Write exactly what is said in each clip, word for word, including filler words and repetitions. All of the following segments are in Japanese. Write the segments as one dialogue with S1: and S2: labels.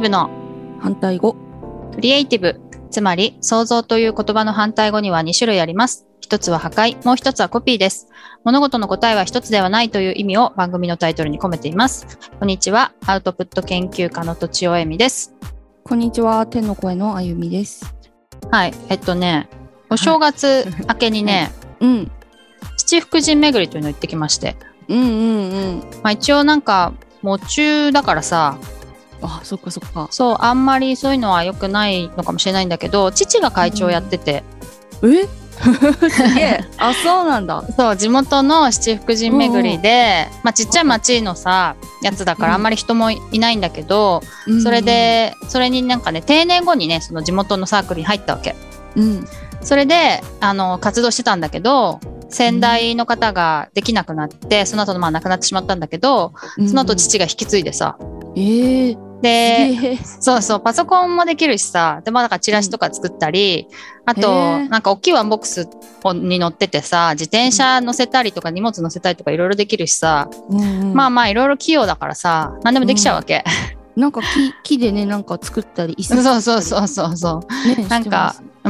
S1: ブの
S2: 反対語。
S1: クリエイティブ、つまり創造という言葉の反対語にはに種類あります。一つは破壊、もう一つはコピーです。物事の答えは一つではないという意味を番組のタイトルに込めています。こんにちは、アウトプット研究家のとちおえみです。
S2: こんにちは、天の声のあゆみです。
S1: はい、えっとね、お正月明けにね、
S2: はい、うん、
S1: 七福神巡りというのを行ってきまして、
S2: うんうんうん。
S1: まあ、一応なんか喪中だからさ、
S2: あ、そっかそっか。
S1: そう、あんまりそういうのは良くないのかもしれないんだけど、父が会長やってて、
S2: うん、えすげえ。あ、そうなんだ。
S1: そう、地元の七福神巡りで、まあ、ちっちゃい町のさやつだからあんまり人もいないんだけど、うん、それでそれになんかね定年後にねその地元のサークルに入ったわけ、うん、それであの活動してたんだけど、先代の方ができなくなって、うん、その後まあ亡くなってしまったんだけど、その後父が引き継いでさ、
S2: えー
S1: で、そうそう、パソコンもできるしさ、で、まあ、だからチラシとか作ったり、うん、あと、なんか大きいワンボックスに乗っててさ、自転車乗せたりとか荷物乗せたりとかいろいろできるしさ、うん、まあまあいろいろ器用だからさ、何でもできちゃうわけ。
S2: うん、なんか木、木でね、なんか作ったり、
S1: そうそうそうそうそう、ね、なんか、うん、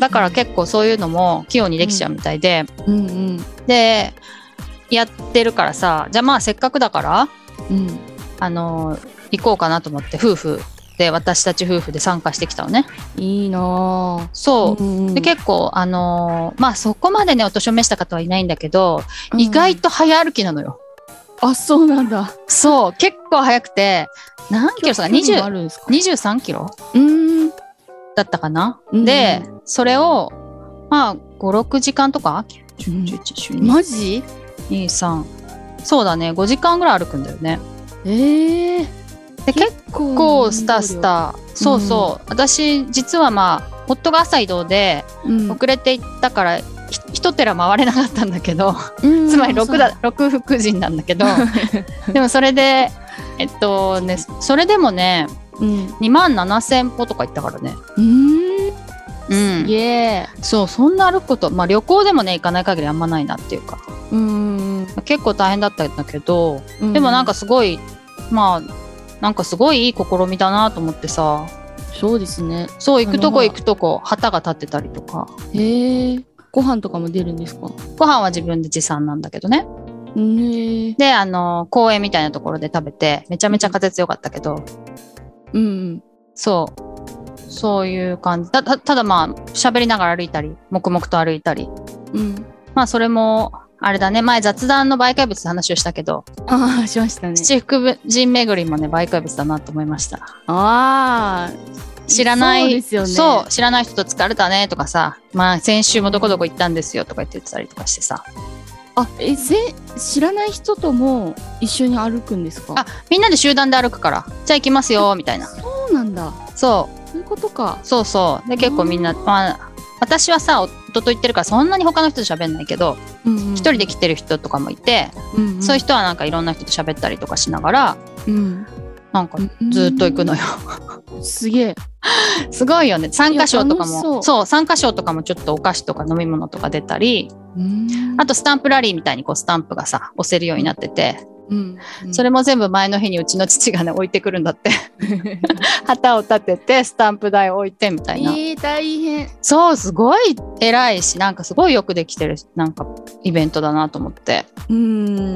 S1: だから結構そういうのも器用にできちゃうみたいで、うんうんうん、で、やってるからさ、じゃあまあせっかくだから、うん、あの、行こうかなと思って夫婦で私たち夫婦で参加してきたのね。
S2: いいな。
S1: そう、うんうん、で結構あのー、まあそこまでねお年を召した方はいないんだけど、うん、意外と早歩きなのよ。
S2: あ、そうなんだ。
S1: そう、結構早くて何キロさにじゅう、にじゅうさんキロうんだったかな、うん、でそれをまあご、ろくじかんとか、
S2: うん、マジ ?
S1: に、さん そうだね、ごじかんぐらい歩くんだよね。
S2: えー
S1: で結構スタスタ、そうそう、うん、私実はまあ夫が朝移動で遅れていったから、うん、一寺回れなかったんだけど、うん、つまり六だ六福神なんだけどでもそれでえっとねそれでもね、うん、にまんななせんぽとか行ったからね。うーん、
S2: すげえ。
S1: そう、そんな歩くこと、まあ旅行でもね行かない限りあんまないなっていうか、うん、結構大変だったんだけど、うん、でもなんかすごいまあなんかすごいいい試みだなと思ってさ。
S2: そうですね。
S1: そう、行くとこ行くとこ旗が立ってたりとか。
S2: へえ。ご飯とかも出るんですか？
S1: ご飯は自分で持参なんだけどね。へで、あの公園みたいなところで食べてめちゃめちゃ風強かったけど、うん、うん、そうそういう感じ。た, た, ただまあ喋りながら歩いたり黙々と歩いたり、うん、まあそれもあれだね、前雑談の媒介物の話をしたけど、
S2: ああしましたね。
S1: 七福神巡りもね媒介物だなと思いました。
S2: ああ、
S1: 知らない、
S2: そうですよね。
S1: そう知らない人と疲れたねとかさ、まあ先週もどこどこ行ったんですよとか言ってたりとかしてさ。
S2: あ、えせ知らない人とも一緒に歩くんですか？
S1: あ、みんなで集団で歩くから、じゃあ行きますよみたいな。
S2: そうなんだ。
S1: そう
S2: そういうことか。
S1: そうそうで結構みんな、まあ私はさ夫と行ってるからそんなに他の人と喋んないけど、うんうん、一人で来てる人とかもいて、うんうん、そういう人はなんかいろんな人と喋ったりとかしながら、うん、なんかずっと行くのよ、
S2: うん、すげえ
S1: すごいよね。参加賞とかもそう、そう参加賞とかもちょっとお菓子とか飲み物とか出たり、うん、あとスタンプラリーみたいにこうスタンプがさ押せるようになってて、うんうん、それも全部前の日にうちの父がね置いてくるんだって旗を立ててスタンプ台を置いてみたいな。
S2: えー、大変。
S1: そう、すごい偉いし、なんかすごいよくできてるなんかイベントだなと思って。うん、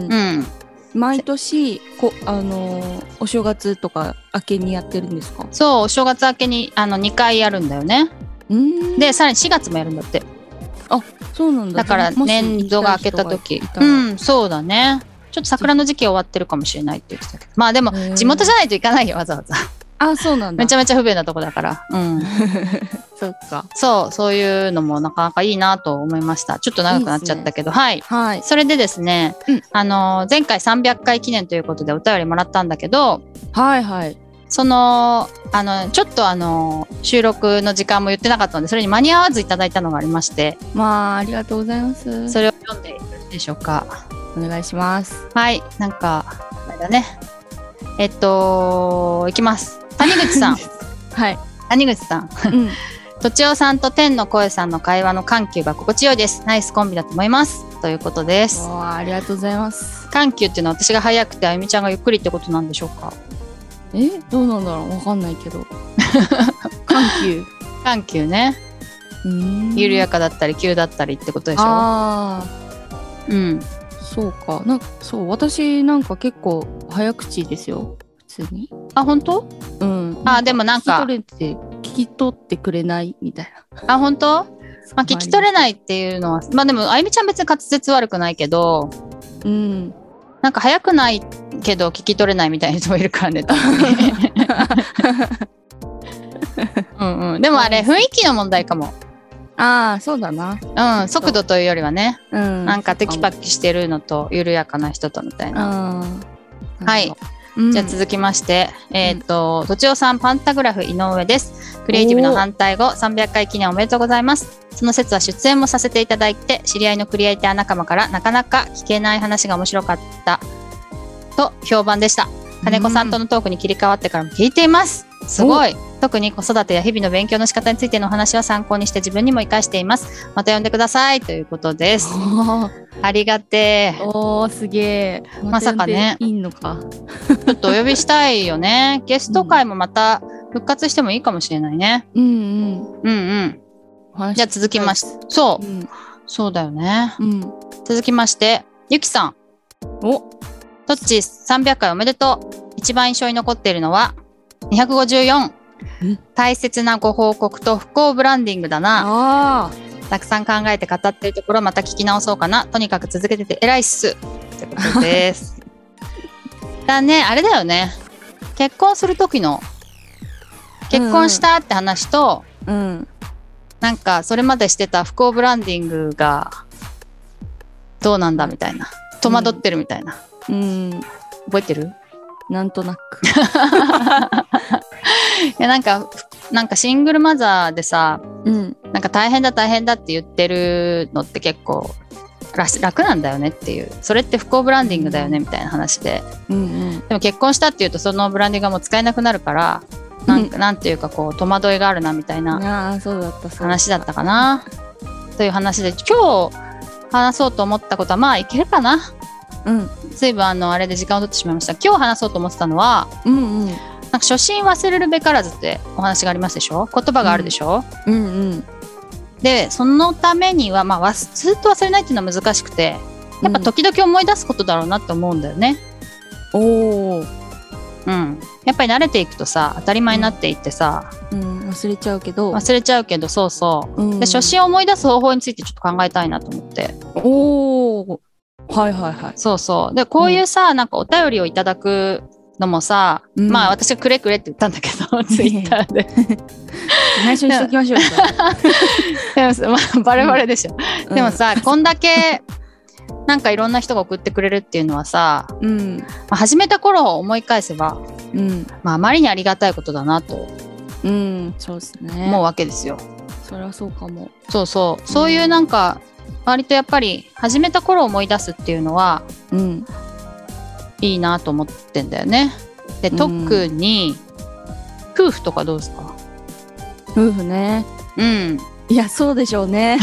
S1: うん、
S2: 毎年こあのー、お正月とか明けにやってるんですか？
S1: そう、お正月明けにあのにかいやるんだよね。うんでさらにしがつもやるんだって。
S2: あ、そうなんだ。
S1: だから年度が明けた時、うん、そうだね。ちょっと桜の時期終わってるかもしれないって言ってたけど、まあでも地元じゃないといかないよわざわざ。
S2: あ、そうなんだ。
S1: めちゃめちゃ不便なとこだから、うん、
S2: そっか。
S1: そう、そういうのもなかなかいいなと思いました。ちょっと長くなっちゃったけど、いい、ね、はい、はい。それでですね、うん、あの前回さんびゃっかい記念ということでお便りもらったんだけど、
S2: はいはい。
S1: そのあのちょっとあの収録の時間も言ってなかったので、それに間に合わずいただいたのがありまして、
S2: まあありがとうございます。そ
S1: れを読んでいいでしょうか？
S2: お願いします。
S1: はい、なんかあれだね。えっといきます。谷口さん。
S2: はい。
S1: 谷口さん。うん、とちおさんと天の声さんの会話の緩急が心地よいです。ナイスコンビだと思いますということです。
S2: お、ありがとうございます。
S1: 緩急っていうのは私が早くてあゆみちゃんがゆっくりってことなんでしょうか？
S2: えどうなんだろう、わかんないけど緩急
S1: 緩急ね。
S2: うーん
S1: 緩やかだったり急だったりってことでしょ。
S2: あ
S1: うん。
S2: ーそうかなんかそう私なんか結構早口ですよ普通に。
S1: あ、本当？
S2: うん
S1: あ、でもなんか
S2: 聞き取れて聞き取ってくれないみたい
S1: あ、本当？
S2: な。
S1: まあ、聞き取れないっていうのは、まあでもあゆみちゃん別に滑舌悪くないけど、
S2: うん
S1: なんか早くないけど聞き取れないみたいな人もいるからね。多分ねうんうん。でもあれ雰囲気の問題かも。
S2: ああそうだな。
S1: うん、速度というよりはね、
S2: うん
S1: なんかテキパキしてるのと緩やかな人とみたいな。
S2: あ
S1: はい。
S2: うん、
S1: じゃあ続きまして、えっ、と、とちおさんパンタグラフ井上です。クリエイティブの反対後さんびゃっかい記念おめでとうございます。その説は出演もさせていただいて、知り合いのクリエイター仲間からなかなか聞けない話が面白かったと評判でした。金子さんとのトークに切り替わってからも聞いています。すごい。特に子育てや日々の勉強の仕方についてのお話は参考にして自分にも活かしています。また呼んでくださいということです。ありがてえ。
S2: おーすげえ。
S1: まさかね
S2: いいのか。
S1: ちょっとお呼びしたいよね。ゲスト会もまた復活してもいいかもしれないね。
S2: うんうん。
S1: うんうん。じゃあ続きまして、そう、うん、そうだよね。うん、続きまして、ゆきさん。
S2: お、
S1: トッチーさんびゃっかいおめでとう。一番印象に残っているのはにひゃくごじゅうよん。大切なご報告と不幸ブランディングだな。あたくさん考えて語ってるところまた聞き直そうかな。とにかく続けてて偉いっすってことですだね。あれだよね、結婚する時の結婚したって話と、うんうん、なんかそれまでしてた不幸ブランディングがどうなんだみたいな、戸惑ってるみたいな、うん、覚えてる？
S2: なんとなく
S1: いやなんかなんかシングルマザーでさ、うん、なんか大変だ大変だって言ってるのって結構楽なんだよねっていう、それって不幸ブランディングだよねみたいな話で、うんうん、でも結婚したっていうとそのブランディングがもう使えなくなるからなんか、うん、なんていうかこう戸惑いがあるなみたいな話だったかなという話で、今日話そうと思ったことはまあいけるかな。うん、ずいぶんあのあれで時間を取ってしまいました。今日話そうと思ってたのは、うんうん、なんか初心忘れるべからずってお話がありますでしょ、言葉があるでしょ、うんうんうん、でそのためには、まあ、ずっと忘れないっていうのは難しくて、やっぱ時々思い出すことだろうなって思うんだよね、うん、おー、うん、やっぱり慣れていくとさ当たり前になっていってさ、
S2: うんうん、忘れちゃうけど
S1: 忘れちゃうけどそうそう、うん、で初心を思い出す方法についてちょっと考えたいなと思って。おー、はいはいはい。そうそうでこういうさ、うん、なんかお便りをいただくのもさ、うん、まあ私がくれくれって言ったんだけどツイッターで
S2: 内緒にしときましょう
S1: でも、まあ、バレバレでしょ、うん、でもさこんだけなんかいろんな人が送ってくれるっていうのはさ、うんまあ、始めた頃を思い返せば、うんまあ、あまりにありがたいことだなと、うん、そうですね、思うわけですよ。
S2: それはそうかも。
S1: そうそうそういうなんか、うん、割とやっぱり始めた頃を思い出すっていうのは、うん、いいなと思ってんだよね。で特に、うん、夫婦とかどうですか？
S2: 夫婦ね、うんいやそうでしょうね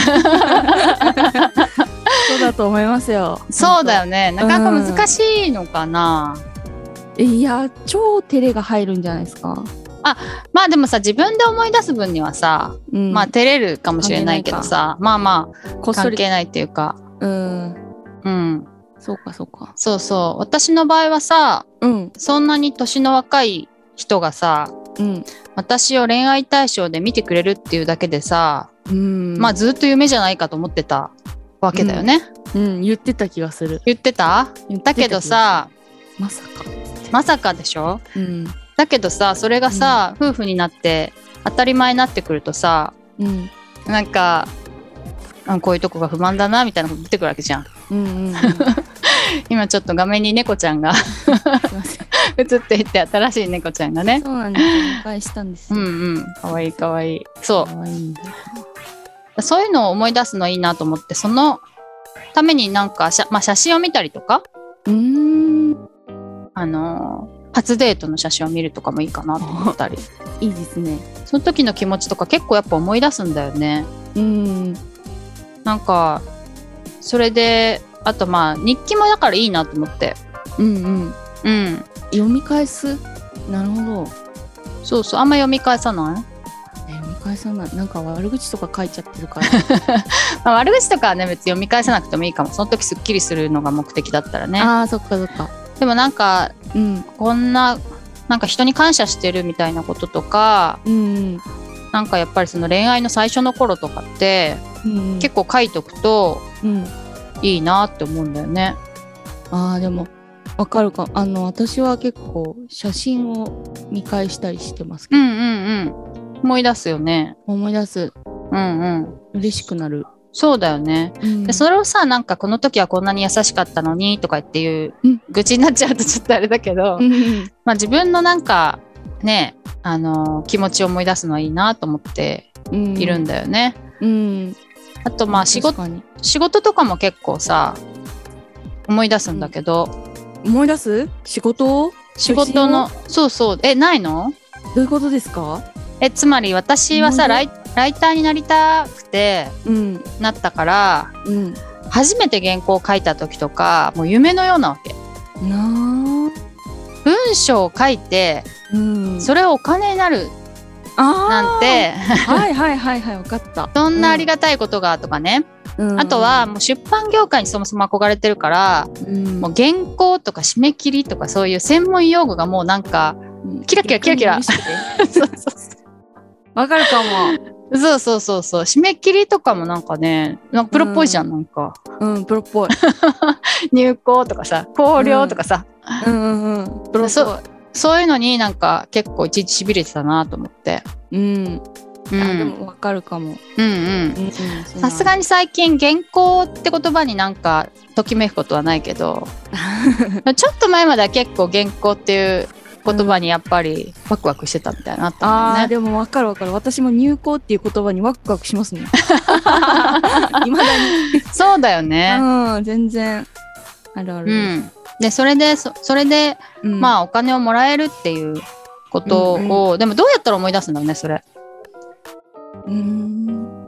S2: そうだと思いますよ。
S1: そうだよね、なかなか難しいのかな、
S2: うん、いや超照れが入るんじゃないですか。
S1: あまあでもさ自分で思い出す分にはさ、うん、まあ照れるかもしれないけどさまあまあ関係ないっていうかうん
S2: うんそうかそうか
S1: そうそう私の場合はさ、うん、そんなに年の若い人がさ、うん、私を恋愛対象で見てくれるっていうだけでさ、うん、まあずっと夢じゃないかと思ってたわけだよね、
S2: うんうん、言ってた気がする。
S1: 言ってた？言ってたけどさ
S2: まさか
S1: まさかでしょ、うんだけどさそれがさ、うん、夫婦になって当たり前になってくるとさ、うん、なんかこういうとこが不満だなみたいなこと出てくるわけじゃん、うんうんうん、今ちょっと画面に猫ちゃんが映っていて新しい猫ちゃんがね
S2: そうなんですお迎えしたんですよ。
S1: うんうんかわいいかわいいそうかわいいんだそういうのを思い出すのいいなと思ってそのためになんか、まあ、写真を見たりとかうーんあのー初デートの写真を見るとかもいいかなと思ったり
S2: いいですね。
S1: その時の気持ちとか結構やっぱ思い出すんだよね。うんなんかそれであとまあ日記もだからいいなと思ってうんうんうん
S2: 読み返すなるほど。
S1: そうそう、あんま読み返さない？
S2: え読み返さない。なんか悪口とか書いちゃってるから。
S1: まあ悪口とかはね別に読み返さなくてもいいかも。その時すっきりするのが目的だったらね。
S2: ああ、そっかそっか。
S1: でもなんか、
S2: うん、
S1: こんななんか人に感謝してるみたいなこととか、
S2: うん、
S1: なんかやっぱりその恋愛の最初の頃とかって、
S2: うん、
S1: 結構書いとくと
S2: うん
S1: いいなって思うんだよね。
S2: ああでもわかるか。あの私は結構写真を見返したりしてますけど、
S1: うんうんうん思い出すよね。
S2: 思い出す。
S1: うんうん
S2: 嬉しくなる。
S1: そうだよね、
S2: うん、
S1: でそれをさなんかこの時はこんなに優しかったのにとかっていう
S2: うん
S1: 愚痴になっちゃうとちょっとあれだけど、
S2: うん
S1: まあ自分のなんかねあの気持ちを思い出すのはいいなと思っているんだよね、
S2: うん、
S1: あとまあ仕事仕事とかも結構さ思い出すんだけど、
S2: うん、思い出す仕事
S1: 仕事のそうそうえないの？
S2: どういうことですか？
S1: えつまり私はさライ、ライターになりたくて、うん、なったから、うん、初めて原稿を書いた時とかもう夢のようなわけな。文章を書いて、うん、それはお金になるなんて
S2: はいはいはいはい分かった
S1: そんなありがたいことがとかね、うん、あとはもう出版業界にそもそも憧れてるから、うん、もう原稿とか締め切りとかそういう専門用語がもうなんかキラキラキラキラそうそう
S2: わかるかも。
S1: そうそうそうそう締め切りとかもなんかねなんかプロっぽいじゃん、うん、なんか
S2: うんプロっぽい
S1: 入稿とかさ考慮とかさ、
S2: うん、うんうんうんプロっぽい。
S1: そそういうのになんか結構いちいちしびれてたなと思って
S2: うん、うん、あでもわかるかも。
S1: うんうんさすがに最近原稿って言葉になんかときめくことはないけどちょっと前までは結構原稿っていう言葉にやっぱりワクワクしてたみたいなあったんだよね。
S2: あーでも分かる分かる。私も入稿っていう言葉にワクワクしますねいまだに
S1: そうだよね。
S2: うん全然あるある、うん、
S1: でそれで そ, それで、うん、まあお金をもらえるっていうことを、うんうん、でもどうやったら思い出すんだろうねそれ。
S2: うーん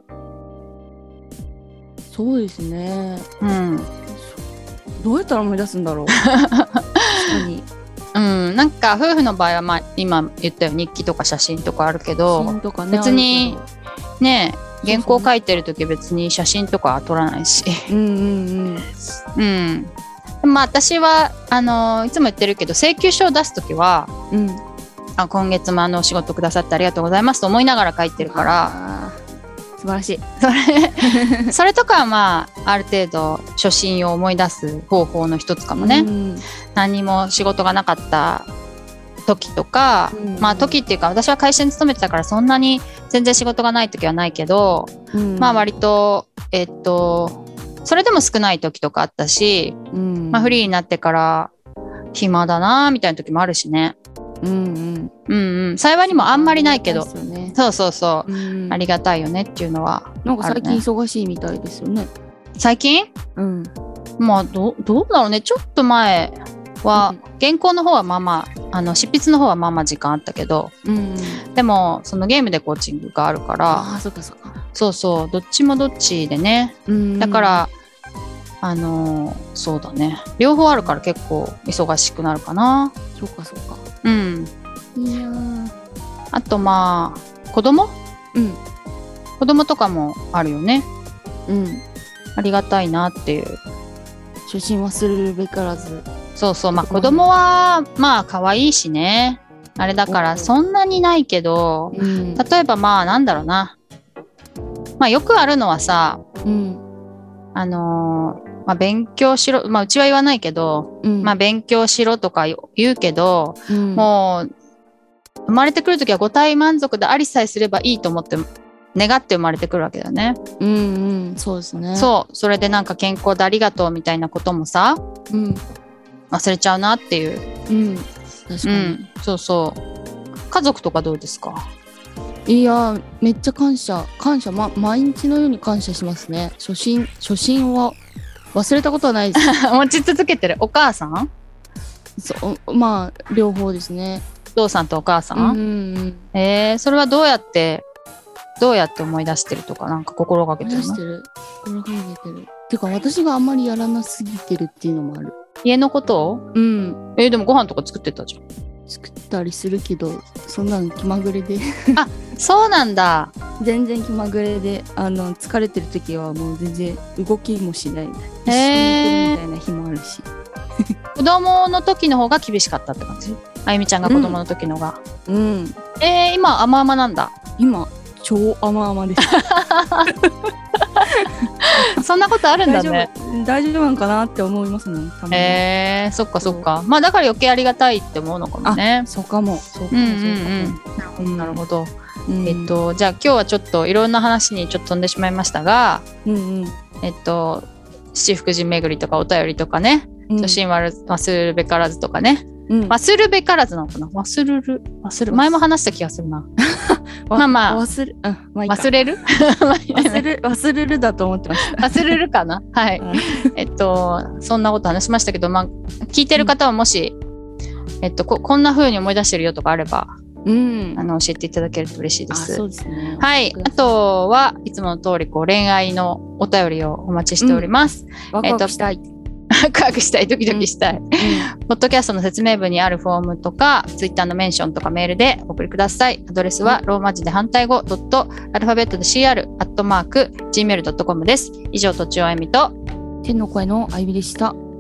S2: そうですね、うん、どうやったら思い出すんだろう確かに
S1: うん、なんか夫婦の場合は、まあ、今言ったように日記とか写真とかあるけど、ね、別にね原稿書いてる時別に写真とかは撮らないしうんうんうんうんでもまあ私はあのいつも言ってるけど請求書を出す時は、うん、あ今月もあのお仕事くださってありがとうございますと思いながら書いてるから
S2: 素晴らしい
S1: それそれとかはまあある程度初心を思い出す方法の一つかもね、うん、何も仕事がなかった時とか、うん、まあ時っていうか私は会社に勤めてたからそんなに全然仕事がない時はないけど、うん、まあ割とえっとそれでも少ない時とかあったし、うんまあ、フリーになってから暇だなみたいな時もあるしね。うんうんうんうん、幸いにもあんまりないけどそう、ね、そうそうそう、うん、ありがたいよねっていうのは、ね、
S2: なんか最近忙しいみたいですよね。
S1: 最近？うんまあ ど, どうだろうねちょっと前は、うん、原稿の方はまあまああの執筆の方はまあまあ時間あったけど、うん、でもそのゲームでコーチングがあるから
S2: あそっかそっか
S1: そうそうどっちもどっちでね、うん、だからあのー、そうだね両方あるから結構忙しくなるかな。
S2: そうかそうか
S1: うんいやあとまあ子供うん子供とかもあるよね。うんありがたいなっていう
S2: 初心忘れるべからず
S1: そうそうまあ子供はまあ可愛いしねあれだからそんなにないけど、うん、例えばまあなんだろうなまあよくあるのはさ、うん、あのーまあ、勉強しろまあうちは言わないけど、うん、まあ勉強しろとか言うけど、うん、もう生まれてくるときは五体満足でありさえすればいいと思って願って生まれてくるわけだよね。
S2: うんうんそうですね。
S1: そうそれでなんか健康でありがとうみたいなこともさ、うん、忘れちゃうなっていう。うん確かに、うん、そうそう家族とかどうですか？
S2: いやめっちゃ感謝感謝、ま、毎日のように感謝しますね。初心初心は忘れたことはないです
S1: 持ち続けてる。お母さん？
S2: そうまあ両方ですね。
S1: お父さんとお母さん、うんうんうん、えー、それはどうやってどうやって思い出してるとかなんか心がけてるの？
S2: 思い出してる心がけてるてか私があんまりやらなすぎてるっていうのもある。
S1: 家のことを？うん。えー、でもご飯とか作ってたじゃん。
S2: 作ったりするけど、そんなの気まぐれで
S1: そうなんだ。
S2: 全然気まぐれで、あの疲れてる時はもう全然動きもしないみたいな、一緒に寝てるみたいな日もあるし。
S1: 子供の時の方が厳しかったって感じ？あゆみちゃんが子供の時のが。
S2: うん。
S1: えー、今甘々なんだ。
S2: 今超甘々です。
S1: そんなことあるんだね。
S2: 大丈夫、大丈夫なんかなって思いますもん。たまに
S1: えー、そっかそっか。まあだから余計ありがたいって思うのかもね。
S2: そうかも。そうか
S1: うん
S2: も。
S1: うん
S2: そうかも。
S1: うん。なるほど。
S2: うん
S1: えっとじゃあ今日はちょっといろんな話にちょっと飛んでしまいましたが、
S2: うんうん。
S1: えっと七福神巡りとかお便りとかね、
S2: うん
S1: 初心忘るべからずとかね、
S2: うん
S1: 忘るべからずなのかな、忘るる忘る前も話した気がするな。まあまあ
S2: 忘れ、あ、まあいいか
S1: 忘れる
S2: 忘れる忘れるだと思ってました。
S1: 忘れるかな。はい。
S2: うん
S1: えっとそんなこと話しましたけど、まあ聞いてる方はもし、えっとここんな風に思い出してるよとかあれば、
S2: うん
S1: あの教えていただけると嬉しいで
S2: あ、
S1: す。
S2: そうですね。
S1: はい。あとはいつもの通りこう恋愛のお便りをお待ちしております。
S2: ワクワクしたい。
S1: ワクワクしたい、ドキドキしたい。ポッドキャストの説明文にあるフォームとか、ツイッターのメンションとかメールでお送りください。アドレスはローマ字で反対語ドットアルファベットで シーアール アットマーク ジーメール ドットコム です。以上、とちおあゆみと
S2: 天の声のあゆみでした。